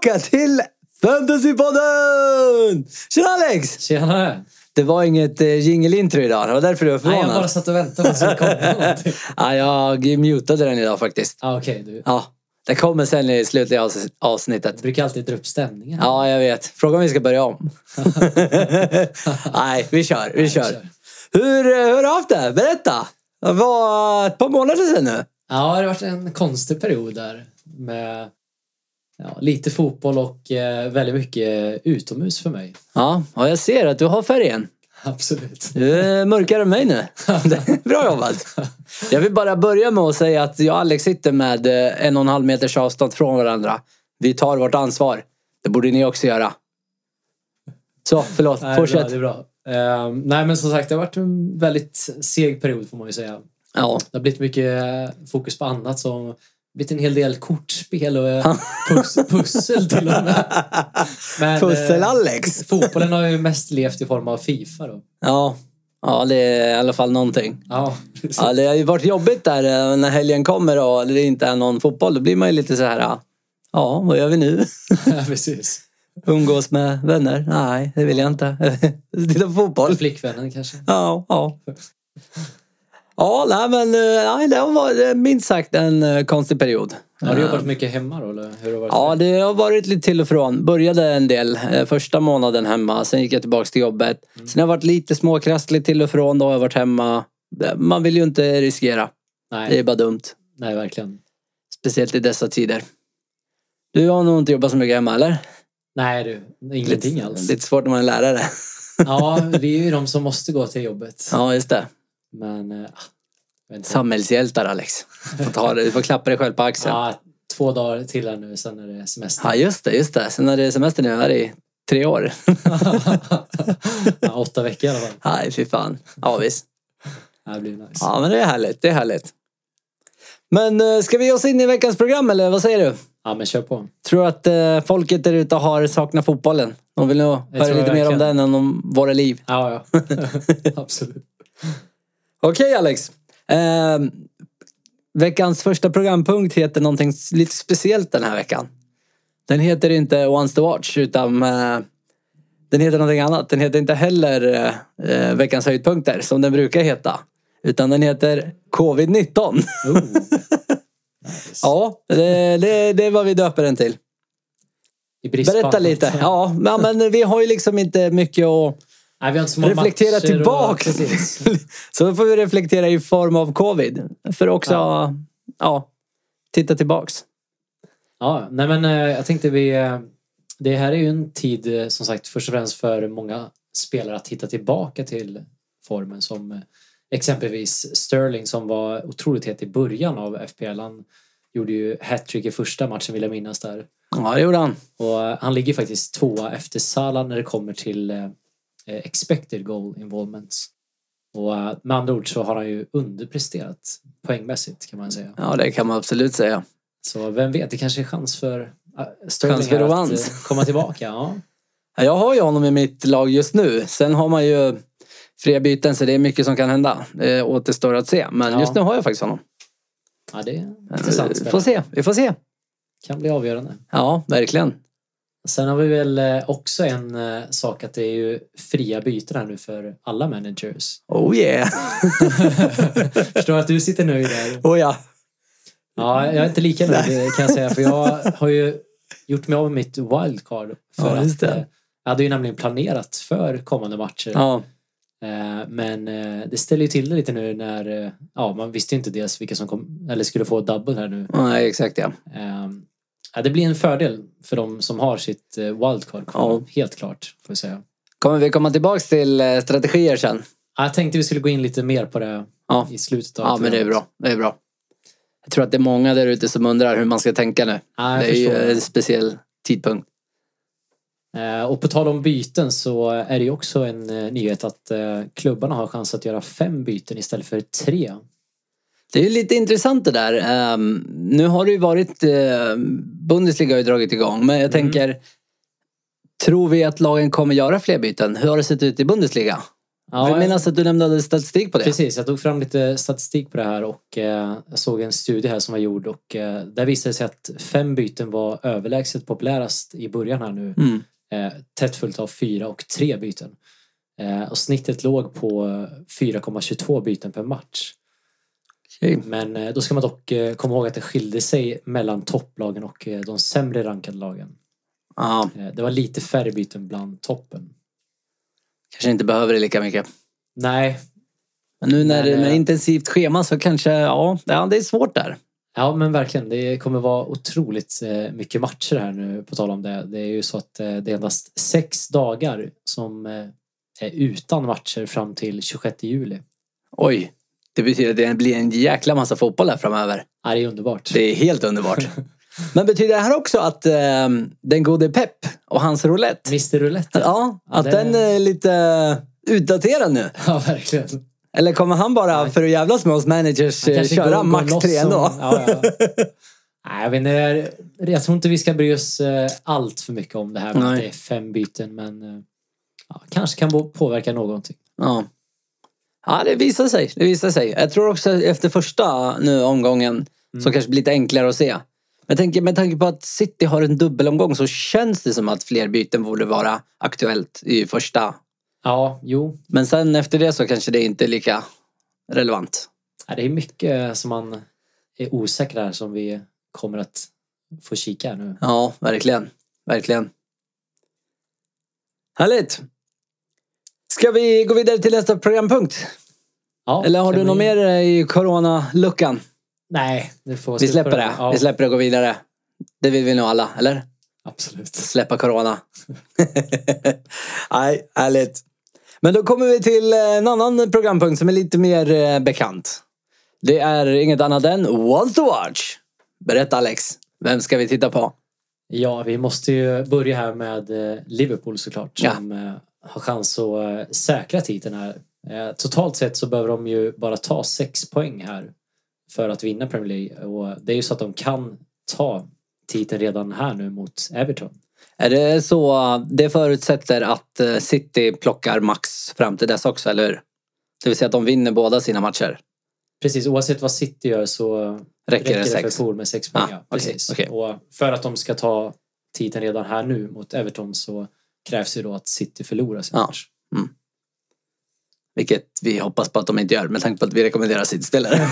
tillbaka till Fantasypodden! Tjena Alex! Tjena! Det var inget jingle-intro idag, det var därför du var förvånad. Nej, jag bara satt och väntade på att det skulle komma någonting. Ja, jag mutade den idag faktiskt. Okej, du. Ja, det kommer sen i slutliga avsnittet. Du brukar alltid dra upp stämningen. Ja, jag vet. Fråga om vi ska börja om. Nej, vi kör. Hur har du haft det? Berätta! Det var ett par månader sedan nu. Ja, det har varit en konstig period där. Med lite fotboll och väldigt mycket utomhus för mig. Ja, och jag ser att du har färgen. Absolut. Du är mörkare än mig nu. Bra jobbat. Jag vill bara börja med att säga att jag och Alex sitter med 1,5 meters avstånd från varandra. Vi tar vårt ansvar. Det borde ni också göra. Så, förlåt. Fortsätt. Det är bra. Nej, men som sagt, det har varit en väldigt seg period får man ju säga. Ja. Det har blivit mycket fokus på annat som blivit en hel del kortspel och pussel till och med. Men, pussel Alex. Fotbollen har ju mest levt i form av FIFA då. Ja, det är i alla fall någonting. Ja, det har ju varit jobbigt där när helgen kommer och det inte är någon fotboll. Då blir man ju lite så här, ja, vad gör vi nu? Ja, precis. Umgås med vänner? Nej, det vill jag inte. Titta på fotboll. Flickvännen kanske? Ja. Ja, nej, det har varit minst sagt en konstig period. Har du jobbat mycket hemma då? Eller hur har det varit? Ja, det har varit lite till och från. Började en del första månaden hemma. Sen gick jag tillbaka till jobbet. Sen har jag varit lite småkrasslig till och från. Då har jag varit hemma. Man vill ju inte riskera. Nej. Det är bara dumt. Nej, verkligen. Speciellt i dessa tider. Du har nog inte jobbat så mycket hemma, eller? Nej du, ingenting alls. Lite svårt när man är lärare. Ja, vi är ju de som måste gå till jobbet. Ja, just det. Men... Samhällshjältar, Alex. Du får klappa dig själv på axeln. Ja, 2 dagar till här nu, sen är det semester. Ja, just det. Sen är det semester nu, här i 3 år. 8 veckor i alla fall. Nej, fy fan. Ja, visst. Det blir nice. Ja, men det är härligt. Men ska vi ge oss in i veckans program, eller vad säger du? Ja, men kör på. Tror att folket där ute har saknat fotbollen. De vill nog höra lite mer om den än om våra liv. Ja. Absolut. Okej, Alex. Veckans första programpunkt heter någonting lite speciellt den här veckan. Den heter inte Once to Watch, utan den heter någonting annat. Den heter inte heller veckans höjdpunkter som den brukar heta. Utan den heter Covid-19. Nice. Ja, det är vad vi döper den till. Berätta lite. Ja, men vi har ju liksom inte mycket att reflektera tillbaka. Så får vi reflektera i form av covid. För också titta tillbaks. Ja, nej men jag tänkte det här är ju en tid som sagt först och främst för många spelare att hitta tillbaka till formen, som exempelvis Sterling som var otroligt het i början av FPL. Han gjorde ju hattrick i första matchen, vill jag minnas där. Ja, det gjorde han. Och han ligger faktiskt 2 efter Salah när det kommer till expected goal involvements. Och med andra ord så har han ju underpresterat poängmässigt, kan man säga. Ja, det kan man absolut säga. Så vem vet, det kanske är chans för Sterling att komma tillbaka. Ja. Jag har ju honom i mitt lag just nu. Sen har man ju fria byten, så det är mycket som kan hända. Det återstår att se. Men just nu har jag faktiskt honom. Ja, det är intressant. Vi får se. Kan bli avgörande. Ja, verkligen. Sen har vi väl också en sak att det är ju fria byten här nu för alla managers. Oh yeah! Förstår att du sitter nöjd där. Oh ja! Ja, jag är inte lika nöjd kan jag säga. För jag har ju gjort mig av med mitt wildcard. För att jag hade ju nämligen planerat för kommande matcher. Ja. Men det ställer ju till det lite nu när man visste ju inte dels vilka som skulle få double här nu. Nej, exakt ja. Det blir en fördel för de som har sitt wildcard kvar, helt klart, får jag säga. Kommer vi komma tillbaka till strategier sen? Jag tänkte vi skulle gå in lite mer på det i slutet av men det är bra. Jag tror att det är många där ute som undrar hur man ska tänka nu. Det är ju en speciell tidpunkt. Och på tal om byten så är det ju också en nyhet att klubbarna har chans att göra 5 byten istället för 3. Det är ju lite intressant det där. Nu har det ju varit Bundesliga har ju dragit igång, men jag tänker, tror vi att lagen kommer göra fler byten? Hur har det sett ut i Bundesliga? Jag menar att du lämnade statistik på det. Precis, jag tog fram lite statistik på det här och jag såg en studie här som var gjord och där visade det sig att 5 byten var överlägset populärast i början här nu. Tätt följt av 4 och 3 byten. Och snittet låg på 4,22 byten per match. Okay. Men då ska man dock komma ihåg att det skilde sig mellan topplagen och de sämre rankade lagen. Det var lite färre byten bland toppen. Kanske inte behöver det lika mycket. Nej. Men nu när det är intensivt schema så kanske, det är svårt där. Ja, men verkligen. Det kommer vara otroligt mycket matcher här nu på tal om det. Det är ju så att det är endast 6 dagar som är utan matcher fram till 26 juli. Oj, det betyder att det blir en jäkla massa fotboll här framöver. Ja, det är underbart. Det är helt underbart. Men betyder det här också att den gode Pep och hans roulette... Mr. Roulette. Ja, att den är lite utdaterad nu. Ja, verkligen. Eller kommer han bara för att jävlas med oss managers köra max 3 ändå? Nej, jag tror inte vi ska bry oss allt för mycket om det här med att det är 5 byten. Men kanske kan påverka någonting. Ja, det visar sig. Jag tror också efter första nu omgången så kanske blir lite enklare att se. Med tanke på att City har en dubbelomgång så känns det som att fler byten borde vara aktuellt i första. Ja, jo. Men sen efter det så kanske det inte är lika relevant. Ja, det är mycket som man är osäker där som vi kommer att få kika nu. Ja, verkligen. Verkligen. Härligt. Ska vi gå vidare till nästa programpunkt? Ja, eller har du något mer i corona-luckan? Nej, det får vi släpper det. Ja. Vi släpper det och går vidare. Det vill vi nog alla, eller? Absolut. Släppa corona. Nej, härligt. Men då kommer vi till en annan programpunkt som är lite mer bekant. Det är inget annat än Wants to Watch. Berätta Alex, vem ska vi titta på? Ja, vi måste ju börja här med Liverpool såklart. Som har chans att säkra titeln här. Totalt sett så behöver de ju bara ta 6 poäng här för att vinna Premier League. Och det är ju så att de kan ta titeln redan här nu mot Everton. Är det så, det förutsätter att City plockar max fram till dess också, eller hur? Det vill säga att de vinner båda sina matcher. Precis, oavsett vad City gör så räcker det för Liverpool med 6 poäng. Precis. Okay. Och för att de ska ta titeln redan här nu mot Everton så krävs ju då att City förlorar sin match. Vilket vi hoppas på att de inte gör, med tanke på att vi rekommenderar City-spelare.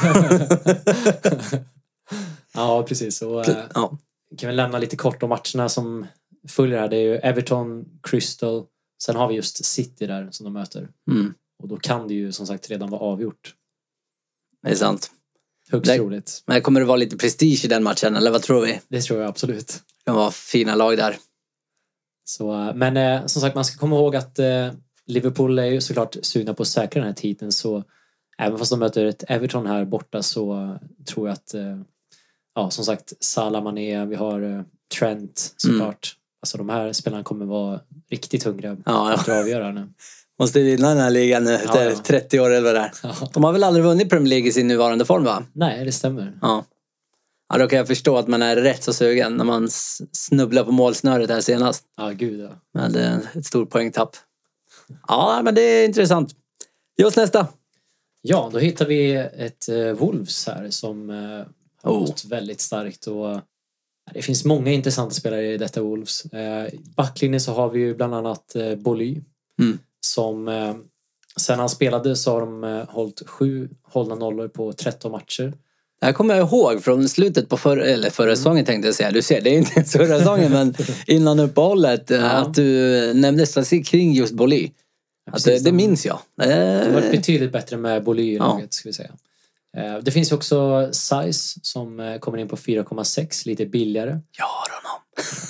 Ja, precis. Och kan vi lämna lite kort om matcherna som följer här. Det är ju Everton, Crystal. Sen har vi just City där som de möter. Och då kan det ju som sagt redan vara avgjort. Det är sant. Högst troligt. Men kommer det vara lite prestige i den matchen, eller vad tror vi? Det tror jag absolut. Det kan vara fina lag där. Så, men som sagt, man ska komma ihåg att Liverpool är ju såklart sugna på att säkra den här titeln. Så även fast de möter ett Everton här borta så tror jag att som sagt, Salah, Mané, vi har Trent såklart. Alltså de här spelarna kommer vara riktigt hungriga att avgöra nu. Måste vinna den här ligan nu efter 30 år eller vad det är. De har väl aldrig vunnit Premier League i sin nuvarande form, va? Nej, det stämmer. Ja, då kan jag förstå att man är rätt så sugen när man snubblar på målsnöret här senast. Ja, gud ja. Men det är ett stort poängtapp. Ja, men det är intressant. Ge oss nästa. Ja, då hittar vi ett Wolves här som har gått väldigt starkt. Och det finns många intressanta spelare i detta Wolves. Backlinjen så har vi ju bland annat Boly. Som sen han spelade så har de hållit 7 hållna nollor på 13 matcher. Det här kommer jag ihåg från slutet på förra säsongen, tänkte jag säga. Du ser, det är inte ens förra säsongen, men innan uppehållet att du nämnde statistik kring just Boly. Att det minns jag. Det har varit betydligt bättre med Boly i laget, ska vi säga. Det finns ju också Size som kommer in på 4,6, lite billigare. Jag har honom.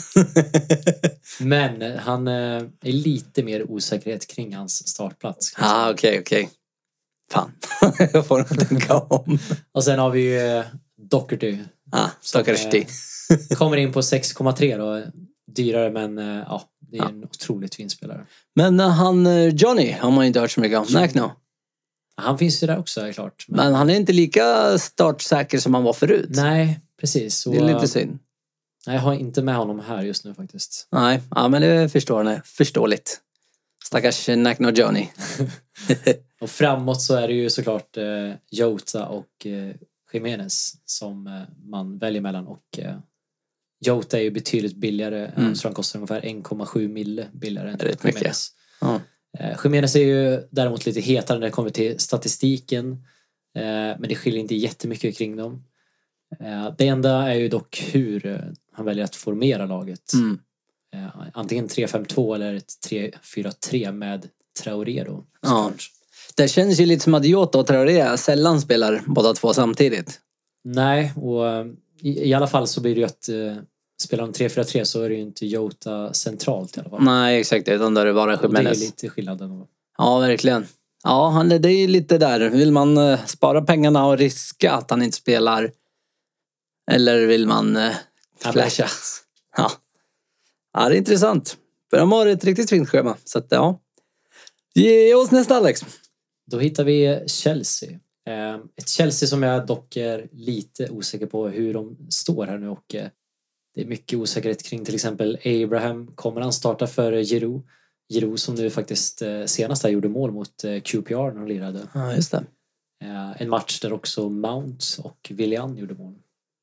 Men han är lite mer osäkerhet kring hans startplats. Okej. Fan, jag får nog tänka om. Och sen har vi ju Doherty. Doherty. Kommer in på 6,3 då. Dyrare, men det är en otroligt fin spelare. Men han Johnny har man inte hört så mycket om. Nej, han finns ju där också, är klart. Men han är inte lika startsäker som han var förut. Nej, precis. Så, det är lite synd. Nej, jag har inte med honom här just nu faktiskt. Nej, men det förstår ni. Förståeligt. Stackars Nakno Johnny. Och framåt så är det ju såklart Jota och Jimenez som man väljer mellan. Och Jota är ju betydligt billigare. Jag tror han kostar ungefär 1,7 mille billigare än Jimenez. Jimenez är ju däremot lite hetare när det kommer till statistiken. Men det skiljer inte jättemycket kring dem. Det enda är ju dock hur han väljer att formera laget. Antingen 3-5-2 eller ett 3-4-3 med Traoré då. Det känns ju lite som att Jota och Traoré sällan spelar båda två samtidigt. Nej, och i alla fall så blir det ju att spelar de 3-4-3 så är det ju inte Jota centralt i alla fall. Nej, exakt. Utan där är det bara Jimenez. Det är lite skillnaden. Ja, verkligen. Ja, det är ju lite där. Vill man spara pengarna och riska att han inte spelar? Eller vill man flasha? Ja, det är intressant. För de har ett riktigt fint schema. Så att, ja. Ge oss nästa, Alex. Då hittar vi Chelsea. Ett Chelsea som jag dock är lite osäker på hur de står här nu. Och det är mycket osäkerhet kring till exempel Abraham. Kommer han starta för Giroud? Giroud som nu faktiskt senast gjorde mål mot QPR när de lirade. Ja, just det. En match där också Mount och Willian gjorde mål.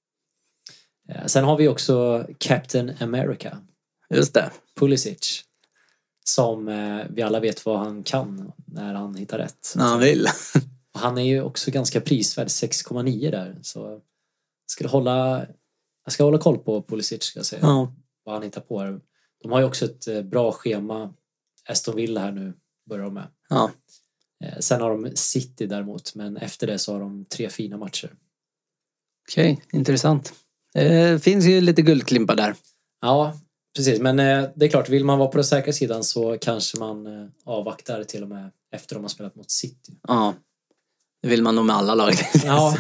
Sen har vi också Captain America. Just det. Pulisic. Som vi alla vet vad han kan när han hittar rätt. När han vill. Och han är ju också ganska prisvärd, 6,9 där. Så jag ska hålla koll på Pulisic, ska jag säga. Ja. Vad han hittar på här. De har ju också ett bra schema. Aston Villa här nu börjar de med. Ja. Sen har de City däremot. Men efter det så har de 3 fina matcher. Okej, intressant. Det finns ju lite guldklimpar där. Ja, precis. Men det är klart, vill man vara på den säkra sidan så kanske man avvaktar till och med efter de har spelat mot City. Ja, det vill man nog med alla lag. Ja,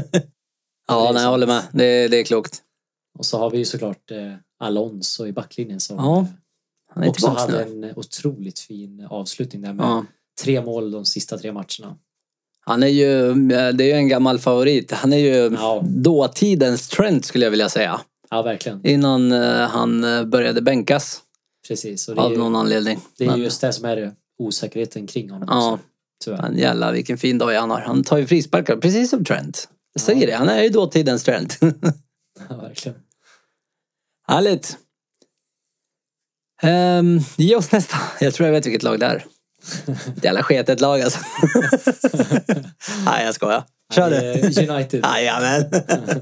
ja, nej, jag håller med. Det är klokt. Och så har vi ju såklart Alonso i backlinjen som han är också hade en otroligt fin avslutning där med 3 mål de sista 3 matcherna. Han är ju, det är ju en gammal favorit. Han är ju dåtidens Trent, skulle jag vilja säga. Ja, verkligen. Innan han började bänkas. Precis. Och av någon anledning. Det är just det som är osäkerheten kring honom. Ja, också, tyvärr. Men jävlar vilken fin dag han har. Han tar ju frisparkar, precis som Trent. Jag säger det, han är ju dåtidens Trent. Ja, verkligen. Härligt. Ge oss nästa. Jag tror jag vet vilket lag det är. Ett jävla sketet lag alltså. Nej, jag skojar. Kör det. United. Jajamän.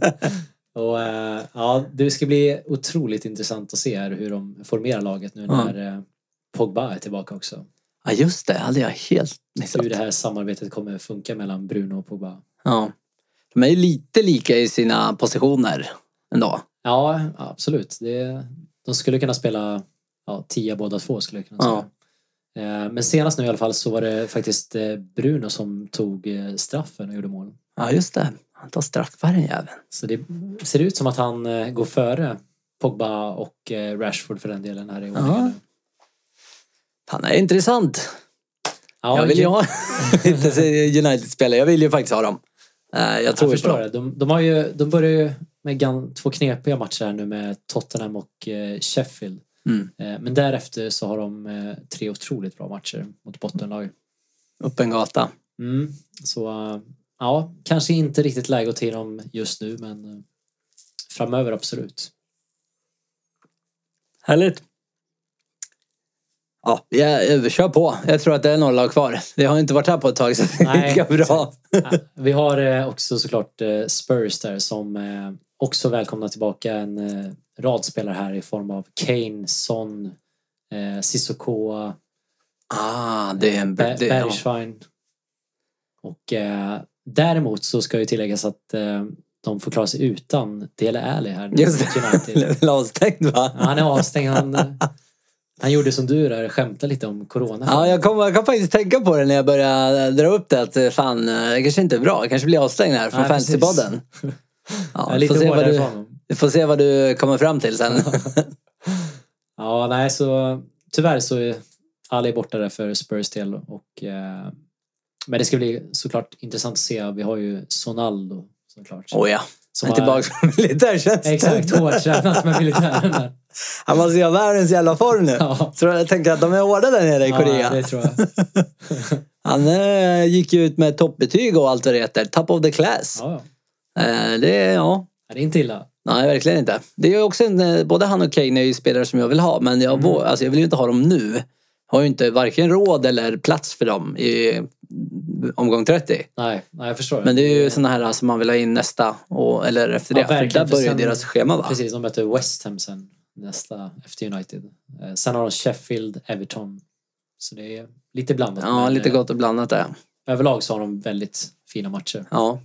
Och det ska bli otroligt intressant att se här hur de formerar laget nu när Pogba är tillbaka också. Ja, just det. Hade jag helt missat. Hur det här samarbetet kommer funka mellan Bruno och Pogba. Ja. De är ju lite lika i sina positioner ändå. Ja, absolut. De skulle kunna spela 10 båda två, skulle jag kunna säga. Men senast nu i alla fall så var det faktiskt Bruno som tog straffen och gjorde mål. Ja, just det. Han tar straffar, den jäveln. Så det ser ut som att han går före Pogba och Rashford för den delen här i ordningen. Han är intressant. Ja, jag vill ju ha inte United-spelare. Jag vill ju faktiskt ha dem. Jag förstår det. De börjar ju med 2 knepiga matcher här nu med Tottenham och Sheffield. Men därefter så har de 3 otroligt bra matcher mot bottenlag. Upp en gata. Så kanske inte riktigt läge att ta dem just nu, men framöver absolut. Härligt. Ja, vi kör på. Jag tror att det är några lag kvar. Vi har inte varit här på ett tag så det är bra. Vi har också såklart Spurs där som också välkomnar tillbaka en rad spelare här i form av Kane, Son, Sissoko, det är en Bergwijn. Och däremot så ska ju tilläggas att de får klara sig utan Dele Alli här nu. Just det, avstängd va? Ja, han är avstängd. Han gjorde som du där, skämta lite om corona. Ja, jag kan faktiskt tänka på det när jag börjar dra upp det att fan, det kanske inte är bra. Jag kanske blir avstängd här från Fantasypodden. Ja, vi får se vad du kommer fram till sen. Så tyvärr så är Ali borta där för Spurs del och men det ska bli såklart intressant att se. Vi har ju Sonaldo såklart. Som är tillbaka från militärtjänsten. Exakt, hårt tränat med militären där. Han måste ju ha världens jävla form nu. Jag tänker att de är hårda där nere i Korea. Ja, det tror jag. Han gick ju ut med toppbetyg och allt vad det heter. Top of the class. Ja. Det är inte illa. Nej, verkligen inte. Det är ju också både han och Kane är ju spelare som jag vill ha. Men jag vill ju inte ha dem nu. Har ju inte varken råd eller plats för dem i omgång 30. Nej, jag förstår. Men det är ju såna här som man vill ha in nästa eller efter det. För där börjar deras schema, va? Precis, de möter West Ham sen nästa efter United. Sen har de Sheffield, Everton. Så det är lite blandat. Ja, men lite gott och blandat där. Överlag så har de väldigt fina matcher. Ja.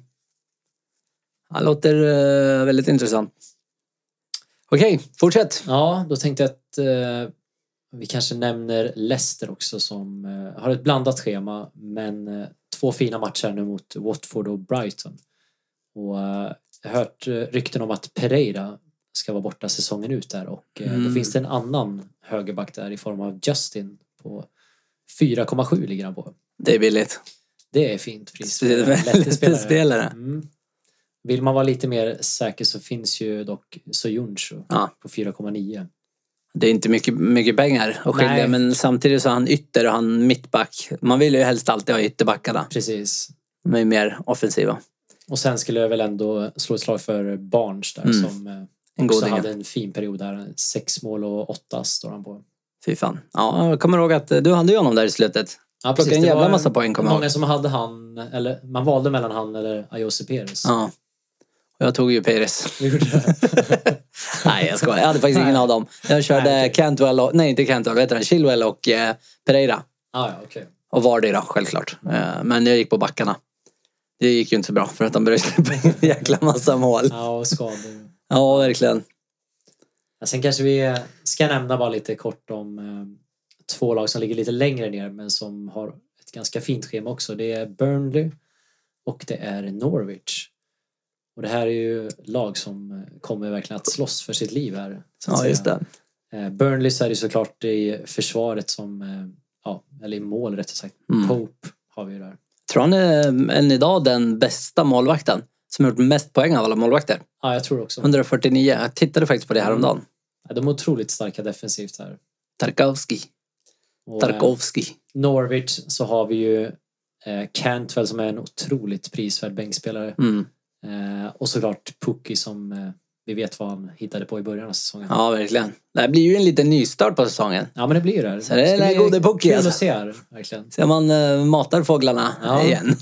Det låter väldigt intressant. Okej, fortsätt. Ja, då tänkte jag att vi kanske nämner Leicester också som har ett blandat schema. Men 2 fina matcher nu mot Watford och Brighton. Och jag har hört rykten om att Pereira ska vara borta säsongen ut där. Och då finns det en annan högerback där i form av Justin på 4,7 ligger han på. Det är billigt. Det är fint pris. Lätt spelare. Vill man vara lite mer säker så finns ju dock Soyuncu på 4,9. Det är inte mycket pengar att skilja, men samtidigt så är han ytter och han mittback. Man vill ju helst alltid ha ytterbackarna. Precis. De är mer offensiva. Och sen skulle jag väl ändå slå ett slag för Barnes där som också hade en fin period där. 6 mål och 8 står han på. Fy fan. Ja, jag kommer ihåg att du hade ju honom där i slutet. Ja, precis. En jävla massa poäng kommer jag ihåg. Många som hade han, eller man valde mellan han eller Ayose Perez. Ja. Och jag tog ju Perez. Du gjorde det? Nej, jag skojar. Jag hade faktiskt ingen av dem. Jag körde Cantwell och, nej inte Cantwell, vet du, Chilwell och Pereira. Ja, okej. Och Vardy då, självklart. Men jag gick på backarna. Det gick ju inte så bra för att de började släppa en jäkla massa mål. Ja, och skador. Ja, verkligen. Ja, sen kanske vi ska nämna bara lite kort om 2 lag som ligger lite längre ner men som har ett ganska fint schema också. Det är Burnley och det är Norwich. Och det här är ju lag som kommer verkligen att slåss för sitt liv här. Ja, just det. Burnley så är det såklart i försvaret som, eller i mål rättare sagt. Pope har vi ju där. Tror han är än idag den bästa målvakten som har gjort mest poäng av alla målvakter? Ja, jag tror också. 149. Jag tittade faktiskt på det här om dagen. Ja, de är otroligt starka defensivt här. Tarkovsky. Norwich så har vi ju Cantwell som är en otroligt prisvärd bänkspelare. Och såklart Pukki som vi vet vad han hittade på i början av säsongen. Ja, verkligen. Det här blir ju en liten nystart på säsongen. Ja, men det blir ju det. Så det är den gode Pukki. Kul att se här, verkligen. Så man matar fåglarna igen.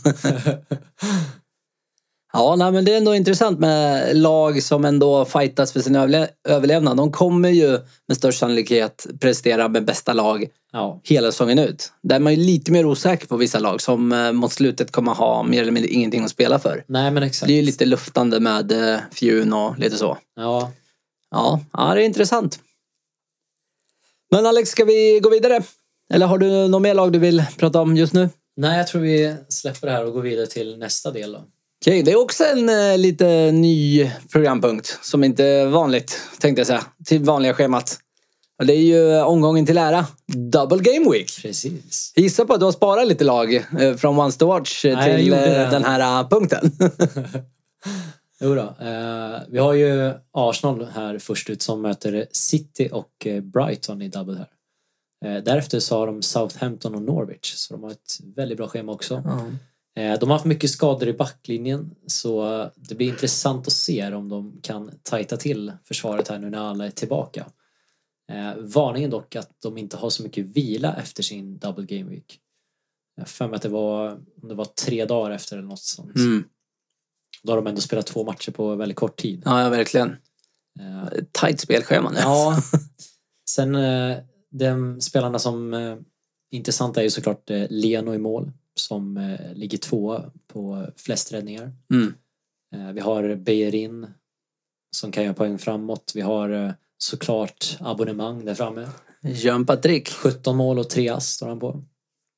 Ja, nej, men det är ändå intressant med lag som ändå fightas för sin överlevnad. De kommer ju med störst sannolikhet prestera med bästa lag hela säsongen ut. Där är man ju lite mer osäker på vissa lag som mot slutet kommer ha mer eller mindre ingenting att spela för. Nej, men exakt. Det är ju lite luftande med fjun och lite så. Ja. Ja, det är intressant. Men Alex, ska vi gå vidare? Eller har du något mer lag du vill prata om just nu? Nej, jag tror vi släpper det här och går vidare till nästa del då. Okej, det är också en lite ny programpunkt som inte är vanligt, tänkte jag säga, till vanliga schemat. Och det är ju omgången till ära, Double Game Week. Precis. Gissa på att du har sparat lite lag från Once to Watch till den här punkten. Jo då. Vi har ju Arsenal här först ut som möter City och Brighton i double här. Därefter så har de Southampton och Norwich, så de har ett väldigt bra schema också. De har haft mycket skador i backlinjen, så det blir intressant att se om de kan tajta till försvaret här nu när alla är tillbaka. Varningen dock att de inte har så mycket vila efter sin double game week. Jag för mig att det var 3 dagar efter eller något sånt. Då har de ändå spelat 2 matcher på väldigt kort tid. Ja, verkligen. Tajt spelschema nu. Ja. Sen de spelarna som intressanta är ju såklart Leno i mål som ligger 2 på flest räddningar. Vi har Bejerin som kan göra poäng framåt. Vi har såklart abonnemang där framme. Jean-Patrick. 17 mål och 3 ass står han på.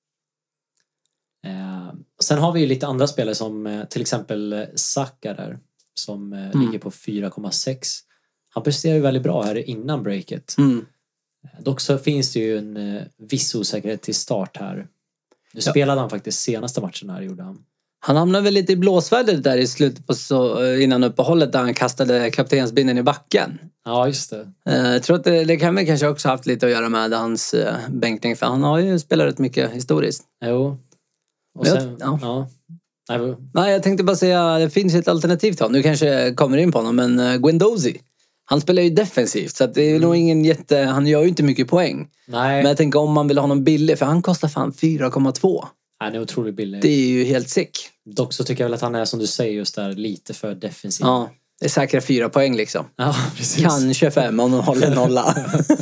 Sen har vi ju lite andra spelare som till exempel Saka där som ligger på 4,6. Han presterar ju väldigt bra här innan breaket. Dock så finns det ju en viss osäkerhet till start här. Nu spelade han faktiskt senaste matchen här, gjorde han. Han hamnade väl lite i blåsväder där i slutet på innan uppehållet där han kastade kaptensbinden i backen. Ja, just det. Jag tror att det kan väl kanske också haft lite att göra med hans bänkning, för han har ju spelat rätt mycket historiskt. Jo. Och sen, Nej, jag tänkte bara säga, det finns ett alternativ till honom. Nu kanske kommer in på honom, men Guendouzi. Han spelar ju defensivt, så att det är nog ingen han gör ju inte mycket poäng. Nej. Men jag tänker om man vill ha någon billig, för han kostar fan 4,2. Han är otroligt billig. Det är ju helt sick. Dock så tycker jag väl att han är, som du säger, just där lite för defensiv. Ja, det är säkra 4 poäng liksom. Ja, precis. Kanske 5 om de håller nolla.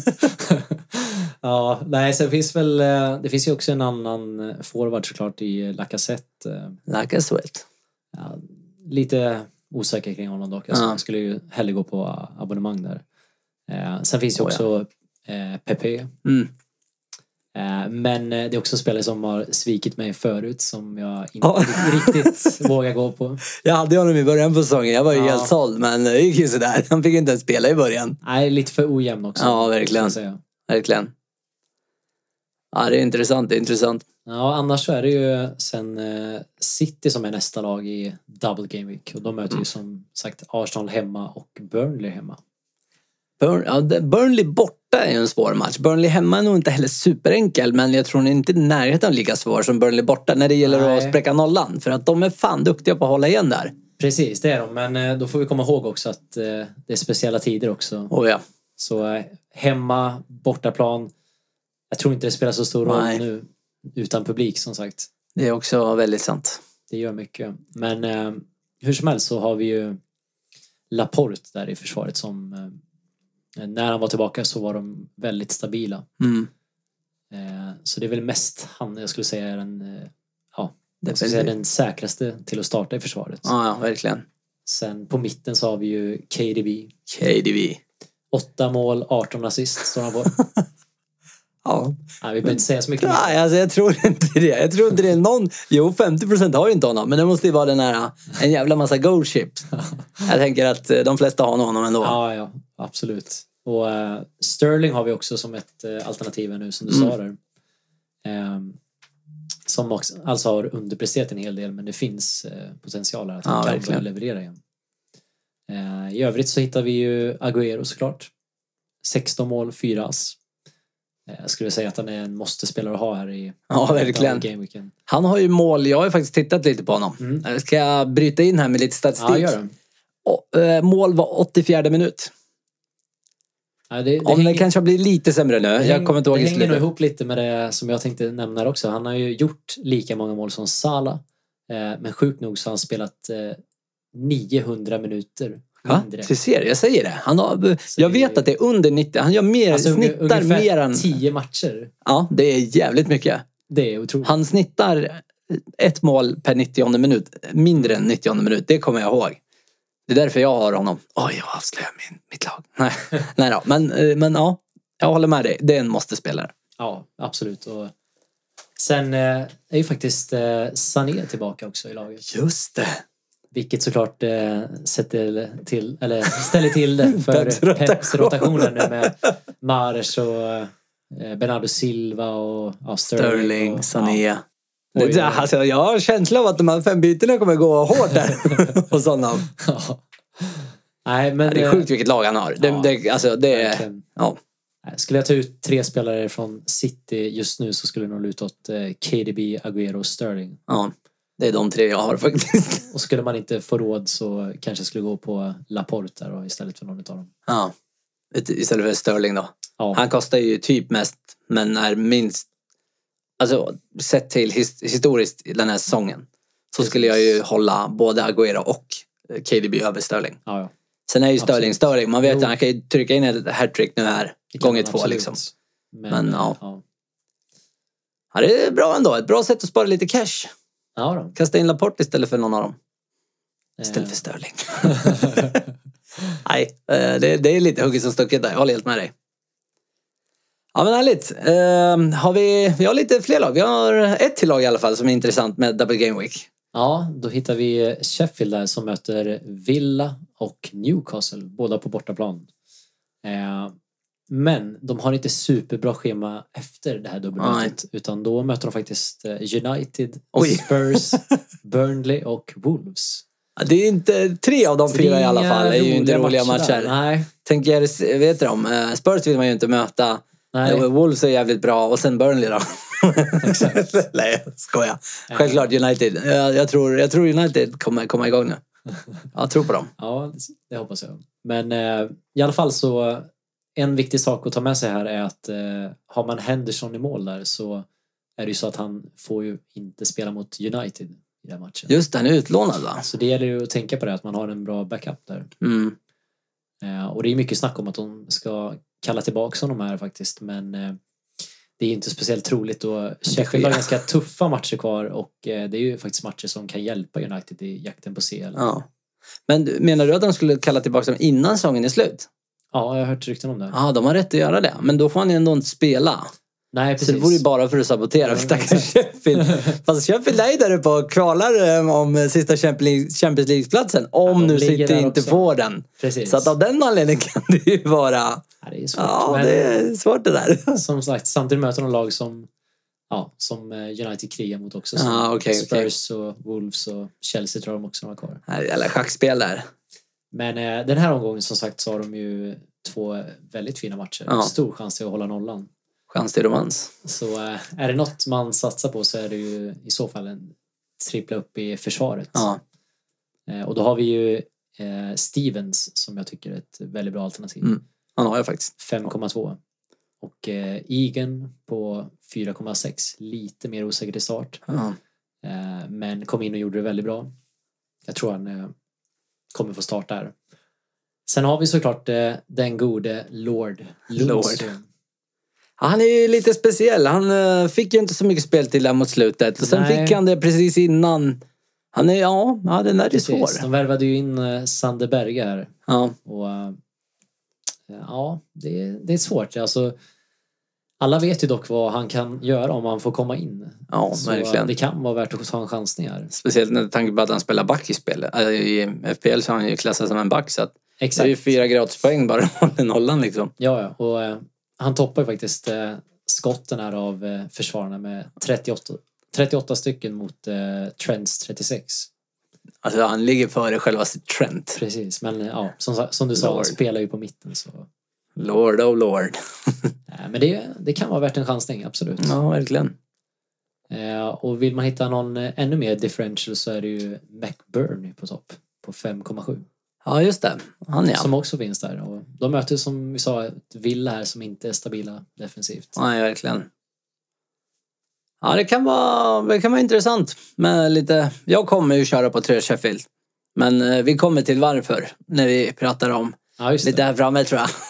Ja, nej, så det finns ju också en annan forward såklart i Lacazette. Lacazette. Ja, lite osäker kring honom dock. Jag skulle ju hellre gå på abonnemang där. Sen finns ju också Pepe. Men det är också spelare som har svikit mig förut, som jag inte riktigt vågar gå på. Jag hade honom i början på säsongen. Jag var ju helt såld, men det gick ju sådär. Han fick inte ens spela i början. Nej, lite för ojämn också. Ja, verkligen. Verkligen. Ja, det är intressant. Ja, annars så är det ju sen City som är nästa lag i Double Game Week. Och de möter ju som sagt Arsenal hemma och Burnley hemma. Burnley borta är ju en svår match. Burnley hemma är nog inte heller superenkel, men jag tror inte närheten lika svår som Burnley borta när det gäller att spräcka nollan. För att de är fan duktiga på att hålla igen där. Precis, det är de. Men då får vi komma ihåg också att det är speciella tider också. Ja. Så hemma, bortaplan. Jag tror inte det spelar så stor roll nu utan publik, som sagt. Det är också väldigt sant. Det gör mycket. Men hur som helst så har vi ju Laporte där i försvaret som när han var tillbaka så var de väldigt stabila. Så det är väl mest han, jag skulle säga, är den säkraste till att starta i försvaret. Ja, verkligen. Sen på mitten så har vi ju KDB. 8 mål, 18 assist står han på. Ja. Nej, vi behöver inte säga så mycket. Nej, alltså jag tror inte det. Jag tror inte det är någon. Jo, 50% har ju inte honom. Men det måste ju vara den här, en jävla massa gold chips. Jag tänker att de flesta har honom ändå. Ja, absolut. Och Sterling har vi också som ett alternativ nu, som du sa där. Som också, alltså har underpresterat en hel del, men det finns potential att han kan börja leverera igen. I övrigt så hittar vi ju Agüero såklart. 16 mål, 4 ass. Jag skulle säga att han är en måste-spelare att ha här i verkligen. Game Weekend. Han har ju mål, jag har ju faktiskt tittat lite på honom. Ska jag bryta in här med lite statistik? Ja, gör det. Mål var 84 minut. Ja, det kanske blir lite sämre nu. Jag kommer inte ihåg i slutet. Det hänger nog ihop lite med det som jag tänkte nämna också. Han har ju gjort lika många mål som Salah. Men sjukt nog så har han spelat 900 minuter. Ja, du ser, jag säger det. Jag vet att det är under 90. Han gör mer, alltså, snittar mer än 10 matcher. Ja, det är jävligt mycket. Det är otroligt. Han snittar 1 mål per 90:e minut. Mindre än 90:e minut, det kommer jag ihåg. Det är därför jag har honom. Jag avslöjar mitt lag. Nej då. Men ja, jag håller med dig. Det är en måste-spelare. Ja, absolut. Och sen är ju faktiskt Sané tillbaka också i laget. Just det. Vilket såklart ställer till det för Peps rotationer nu med Mahrez och Bernardo Silva och Sterling och Sané. Alltså, jag har känsla av att de här 5 bytena kommer gå hårt där hos honom. Nej, men det är sjukt vilket lag han har. Skulle jag ta ut 3 spelare från City just nu så skulle det nog luta åt KDB, Agüero och Sterling. Ja. Det är de 3 jag har faktiskt. Och skulle man inte få råd så kanske jag skulle gå på Laporte där istället för någon av dem. Ja, istället för Sterling då. Ja. Han kostar ju typ mest, men är minst, alltså sett till historiskt den här säsongen. Så skulle jag ju hålla både Agüero och KDB över Sterling. Ja. Sen är ju Sterling. Man vet att han kan ju trycka in ett hattrick nu här. Gånger 2 liksom. Men ja. Det är bra ändå. Ett bra sätt att spara lite cash. Ja då. Kasta in Laporte istället för någon av dem. Istället för Sterling. Nej, det är lite hugget som stucket där. Jag håller helt med dig. Ja, men härligt. Vi har lite fler lag. Vi har ett till lag i alla fall som är intressant med Double Game Week. Ja, då hittar vi Sheffield där som möter Villa och Newcastle. Båda på bortaplan. Men de har inte superbra schema efter det här dubbelmötet. Utan då möter de faktiskt United, Spurs, Burnley och Wolves. Det är inte 3 av de 4 i alla fall. Det är ju inte roliga matcher. Nej. Tänker, vet du om Spurs vill man ju inte möta. Nej. Wolves är jävligt bra och sen Burnley då. Exakt. Nej, skojar. Självklart United. Jag tror United kommer komma igång nu. Jag tror på dem. Ja, det hoppas jag. Men i alla fall så en viktig sak att ta med sig här är att har man Henderson i mål där så är det ju så att han får ju inte spela mot United i den matchen. Just det, han är utlånad va? Så det gäller ju att tänka på det, att man har en bra backup där. Och det är mycket snack om att de ska kalla tillbaka honom här faktiskt, men det är inte speciellt troligt och Sheffield har ganska tuffa matcher kvar och det är ju faktiskt matcher som kan hjälpa United i jakten på CL. Ja. Men menar du att de skulle kalla tillbaka dem innan säsongen är slut? Ja, jag har hört rykten om det. Ja, de har rätt att göra det. Men då får han ändå inte spela. Nej, precis. Så det vore ju bara för att sabotera. Sheffield. Fast Sheffield är där uppe och kvalar om sista Champions League-platsen. Om nu City inte får den. Precis. Så att av den anledningen kan det ju vara... Ja, det är svårt. Ja, det är svårt det där. Som sagt, samtidigt möter de lag som United krigar mot också. Som Spurs och Wolves och Chelsea tror de också har kvar. Eller schackspel där. Men den här omgången som sagt så har de ju 2 väldigt fina matcher. Ja. Stor chans till att hålla nollan. Chans till romans. Så är det något man satsar på så är det ju i så fall en trippla upp i försvaret. Ja. Och då har vi ju Stevens som jag tycker är ett väldigt bra alternativ. Han har jag faktiskt. 5,2. Och Egan på 4,6. Lite mer osäker i start. Men kom in och gjorde det väldigt bra. Jag tror han kommer få start där. Sen har vi såklart den gode Lord. Han är ju lite speciell. Han fick ju inte så mycket spel till där mot slutet. Och sen fick han det precis innan. Han är, den där är svår. De värvade ju in Sander Berge här. Ja. Och det är svårt. Alltså, alla vet ju dock vad han kan göra om han får komma in. Ja, så verkligen. Det kan vara värt att ta en chansning här. Speciellt med tanke på att han spelar back i spelet. I FPL så har han ju klassat som en back. Så att det är ju 4 gratispoäng bara håller nollan liksom. Ja. Och han toppar ju faktiskt skotten här av försvararna med 38 stycken mot Trents 36. Alltså han ligger före själva Trent. Precis, men som du sa, han spelar ju på mitten så... Lord oh Lord. Men det kan vara värt en chansning, absolut. Ja, verkligen. Och vill man hitta någon ännu mer differential så är det ju McBurney på topp på 5,7. Ja, just det. Som också finns där. Och de möter som vi sa ett Villa här som inte är stabila defensivt. Nej, verkligen. Ja, det kan vara intressant. Men lite, jag kommer ju köra på 3 Sheffield. Men vi kommer till varför när vi pratar om lite här framme tror jag.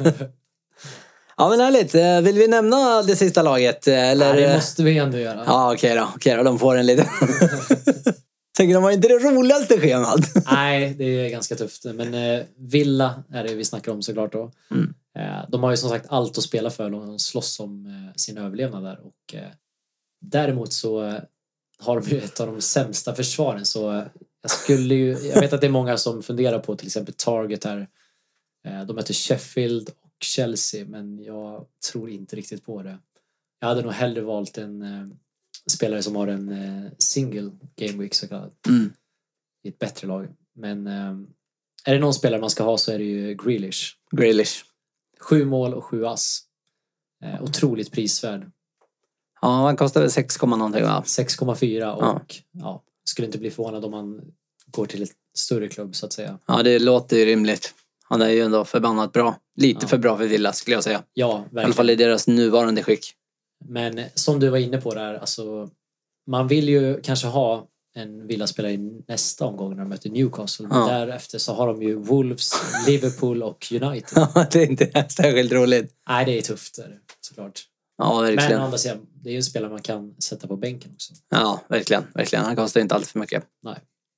Ja, men härligt. Vill vi nämna det sista laget? Eller? Ja, det måste vi ändå göra. Ja, okej då. De får en lite... Tänker de har inte det roligaste schemat. Nej, det är ganska tufft. Men Villa är det vi snackar om såklart då. De har ju som sagt allt att spela för. De slåss om sin överlevnad där. Och däremot så har de ju ett av de sämsta försvaren. Så jag vet att det är många som funderar på till exempel Target här. De möter Sheffield och Chelsea. Men jag tror inte riktigt på det. Jag hade nog hellre valt en... spelare som har en single game week så kallad. I ett bättre lag. Men är det någon spelare man ska ha så är det ju Grealish. 7 mål och 7 ass. Otroligt prisvärd. Ja, han kostade 6, någonting va? 6,4 och skulle inte bli förvånad om man går till ett större klubb så att säga. Ja, det låter ju rimligt. Han är ju ändå förbannat bra. Lite för bra för Villa skulle jag säga. Ja, verkligen. I alla fall i deras nuvarande skick. Men som du var inne på där, alltså, man vill ju kanske ha en Villa-spelare i nästa omgång när de möter Newcastle. Men därefter så har de ju Wolves, Liverpool och United. Ja, det är inte särskilt roligt. Nej, det är tufft såklart. Ja, verkligen. Men å andra sidan, det är ju en spelare man kan sätta på bänken också. Ja, verkligen. Han kostar inte allt för mycket. Nej.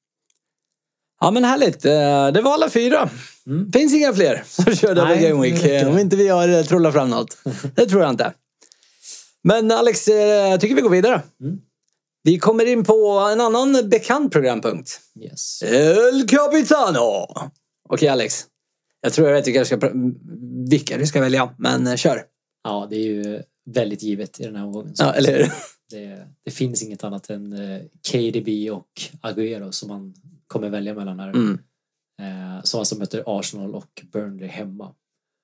Ja, men härligt. Det var alla 4. Finns inga fler som körde på Game Week. Om inte vi har trollat fram något. Det tror jag inte. Men Alex, jag tycker vi går vidare. Vi kommer in på en annan bekant programpunkt. Yes. El Capitano. Okej, Alex. Jag tror jag vet vilka du ska välja, men kör. Ja, det är ju väldigt givet i den här omgången. Ja, eller det finns inget annat än KDB och Agüero som man kommer välja mellan här. Som alltså möter Arsenal och Burnley hemma.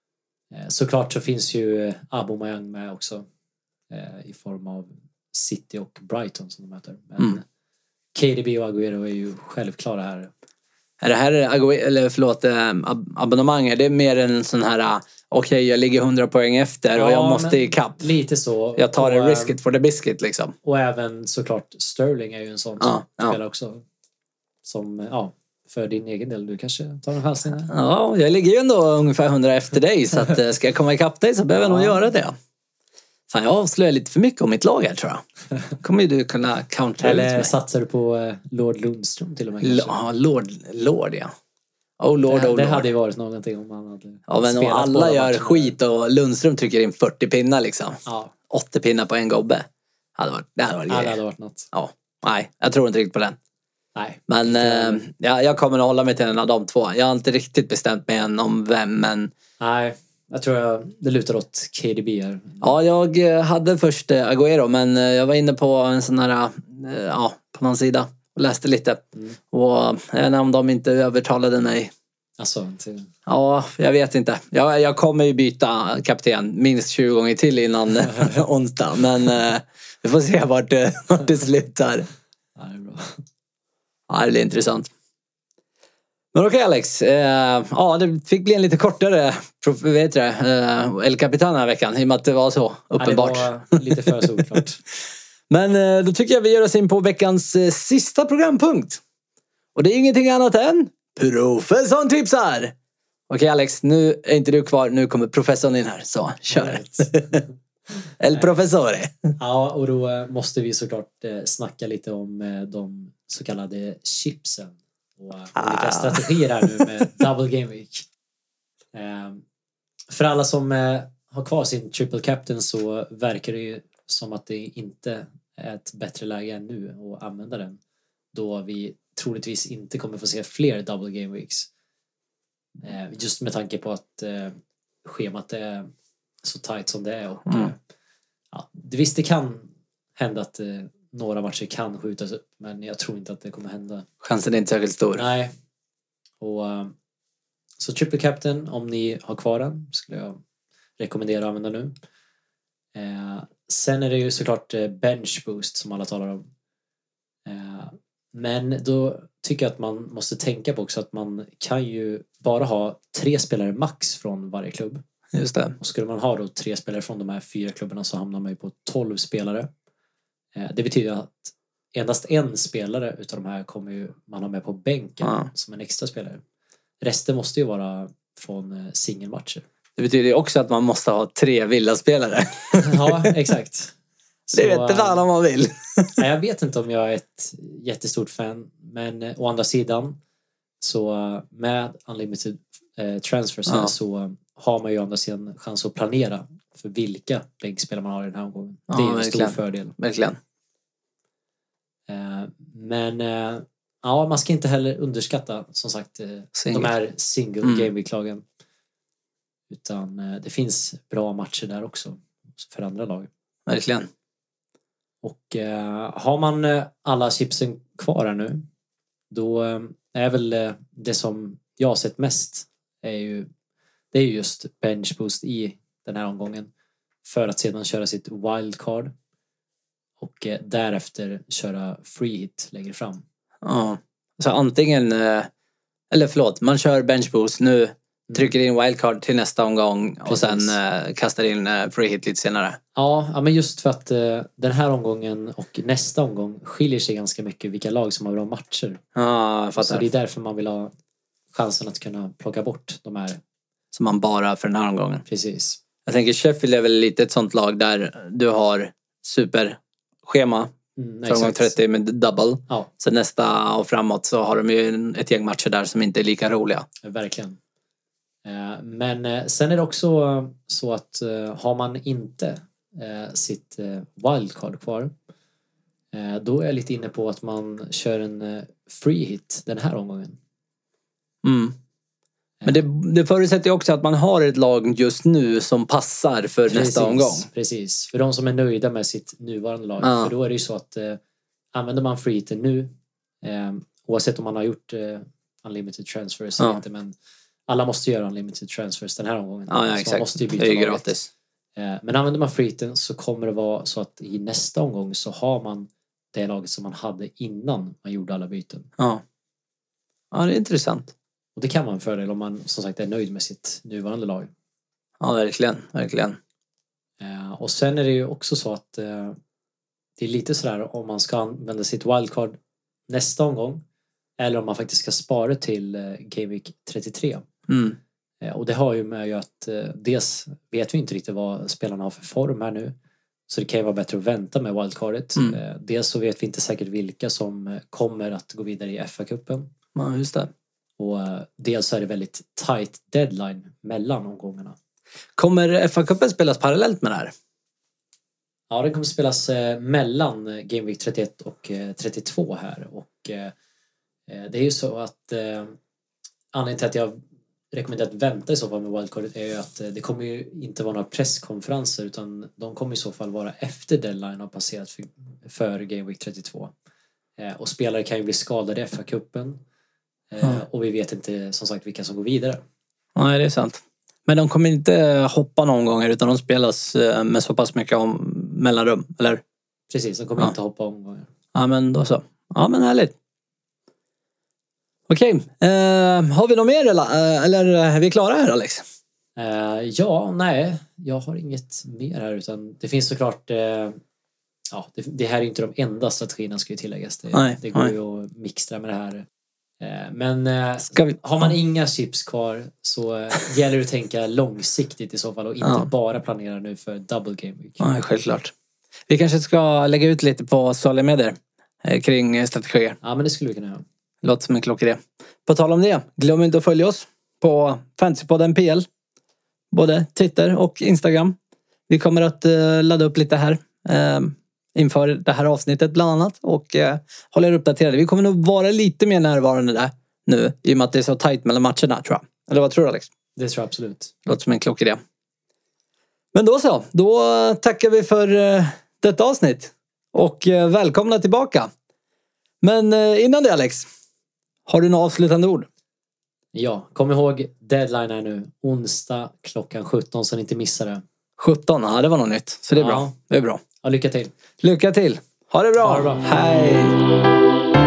Såklart så finns ju Aubameyang med också. I form av City och Brighton som de möter. Men KDB och Agüero är ju självklara här. Är det här abonnemang? Är det mer en sån här okej, jag ligger 100 poäng efter och jag måste i kapp. Lite så. Jag tar en risket for the biscuit liksom. Och även såklart Sterling är ju en sån spelare också. Som, för din egen del, du kanske tar en chansning här. Ja, jag ligger ju ändå ungefär 100 efter dig, så att ska jag komma ikapp dig så behöver jag nog göra det. Fan, jag avslöjar lite för mycket om mitt lag här, tror jag. Kommer ju du kunna countera ut mig. Eller satsar du på Lord Lundström till och med? Ja, Lord, ja. Lord. Det hade ju varit någonting om man hade men om alla gör skit och Lundström trycker in 40 pinnar liksom. 80 pinnar på en gobbe. Det hade varit något. Ja, nej, jag tror inte riktigt på den. Nej. Men jag kommer att hålla mig till en av de två. Jag har inte riktigt bestämt mig än om vem, men... Nej, jag tror det lutar åt KDB här. Ja, jag hade först Agüero, men jag var inne på en sån här, på någon sida och läste lite. Och om de inte övertalade mig. Alltså, ja, jag vet inte. Jag kommer ju byta kapten minst 20 gånger till innan onsdag. Men vi får se vart det slutar. Ja, det är bra. Ja, det blir intressant. Men okej, Alex. Det fick bli en lite kortare El Capitan den här veckan. I och med att det var så uppenbart. Ja, det var lite för såklart. Men då tycker jag vi gör oss in på veckans sista programpunkt. Och det är ingenting annat än Professorn tipsar. Okej, Alex, nu är inte du kvar. Nu kommer professorn in här. Så, kör. El Professore. Ja, och då måste vi såklart snacka lite om de så kallade chipsen. Och olika strategier här nu med Double Game Week. För alla som har kvar sin Triple Captain så verkar det ju som att det inte är ett bättre läge än nu att använda den. Då vi troligtvis inte kommer få se fler Double Game Weeks. Just med tanke på att schemat är så tight som det är. Och, visst, det kan hända att några matcher kan skjutas upp, men jag tror inte att det kommer hända. Chansen är inte särskilt stor. Nej. Och så Triple Captain, om ni har kvar den, skulle jag rekommendera att använda nu. Sen är det ju såklart bench boost som alla talar om. Men då tycker jag att man måste tänka på också att man kan ju bara ha 3 spelare max från varje klubb. Just det. Och skulle man ha då 3 spelare från de här 4 klubbarna så hamnar man ju på 12 spelare. Det betyder att endast en spelare utav de här kommer ju man ha med på bänken som en extra spelare. Resten måste ju vara från singelmatcher. Det betyder ju också att man måste ha 3 villaspelare. Ja, exakt. Det vet inte fan om man vill. Jag vet inte om jag är ett jättestort fan. Men å andra sidan så med Unlimited Transfers här så har man ju å andra sidan chans att planera för vilka bänkspelare man har i den här omgången. Det är ju en stor fördel. Verkligen. Men man ska inte heller underskatta som sagt de här single game week-lagen. Utan det finns bra matcher där också för andra lag. Verkligen. Och har man alla chipsen kvar här nu, då är väl det som jag har sett mest det är just bench boost i den här omgången för att sedan köra sitt wildcard och därefter köra free hit längre fram. Ja, så antingen man kör bench boost nu, trycker in wildcard till nästa omgång och sen kastar in free hit lite senare. Ja, men just för att den här omgången och nästa omgång skiljer sig ganska mycket vilka lag som har bra matcher. Ja, jag fattar. Så det är därför man vill ha chansen att kunna plocka bort de här. Som man bara för den här omgången. Precis. Jag tänker Sheffield är väl lite ett sånt lag där du har superschema för omgång 30 med double. Ja. Sen nästa och framåt så har de ju ett gäng matcher där som inte är lika roliga. Verkligen. Men sen är det också så att har man inte sitt wildcard kvar, då är jag lite inne på att man kör en free hit den här omgången. Men det förutsätter ju också att man har ett lag just nu som passar för nästa omgång. Precis, för de som är nöjda med sitt nuvarande lag. För då är det ju så att använder man free hiten nu, oavsett om man har gjort unlimited transfers eller inte, men alla måste göra unlimited transfers den här omgången. Ja, exakt. Måste ju byta det är gratis. Men använder man freeten så kommer det vara så att i nästa omgång så har man det laget som man hade innan man gjorde alla byten. Ja, det är intressant. Och det kan man fördel om man som sagt är nöjd med sitt nuvarande lag. Ja, verkligen. Och sen är det ju också så att det är lite sådär om man ska använda sitt wildcard nästa omgång eller om man faktiskt ska spara till Game Week 33. Och det har ju med att dels vet vi inte riktigt vad spelarna har för form här nu. Så det kan ju vara bättre att vänta med wildcardet. Dels så vet vi inte säkert vilka som kommer att gå vidare i FA-cupen. Ja, just det. Och dels så är det väldigt tight deadline mellan omgångarna. Kommer FA-cupen spelas parallellt med det här? Ja, den kommer spelas mellan Game Week 31 och 32 här. Och det är ju så att anledningen till att jag rekommenderar att vänta i så fall med wildcardet är ju att det kommer ju inte vara några presskonferenser utan de kommer i så fall vara efter deadline har passerat för Game Week 32. Och spelare kan ju bli skadade i FA-cupen. Och vi vet inte som sagt vilka som går vidare. Nej, det är sant. Men de kommer inte hoppa någon gånger utan de spelas med så pass mycket mellanrum, eller? Precis, de kommer inte hoppa omgångar. Ja, men då så. Ja, men härligt. Okej, har vi något mer eller är vi klara här, Alex? Nej, jag har inget mer här utan det finns såklart det här är inte de enda strategierna ska ju tilläggas. Det går ju att mixtra med det här. Men har man inga chips kvar så gäller det att tänka långsiktigt i så fall och inte bara planera nu för double game week. Ja, självklart. Vi kanske ska lägga ut lite på sociala medier kring strategier. Ja, men det skulle vi kunna göra. Låter som en klock idé. På tal om det, glöm inte att följa oss på Fantasypodden PL. Både Twitter och Instagram. Vi kommer att ladda upp lite här inför det här avsnittet bland annat. Och hålla er uppdaterade. Vi kommer nog vara lite mer närvarande där nu. I och med att det är så tajt mellan matcherna, tror jag. Eller vad tror du, Alex? Det tror jag absolut. Låter som en klock idé. Men då så. Då tackar vi för detta avsnitt. Och välkomna tillbaka. Men innan det, Alex. Har du några avslutande ord? Ja, kom ihåg deadline är nu. Onsdag klockan 17 så ni inte missar det. 17, ja det var något nytt. Så det är bra. Det är bra. Ja, lycka till. Lycka till. Ha det bra. Ha det bra. Hej.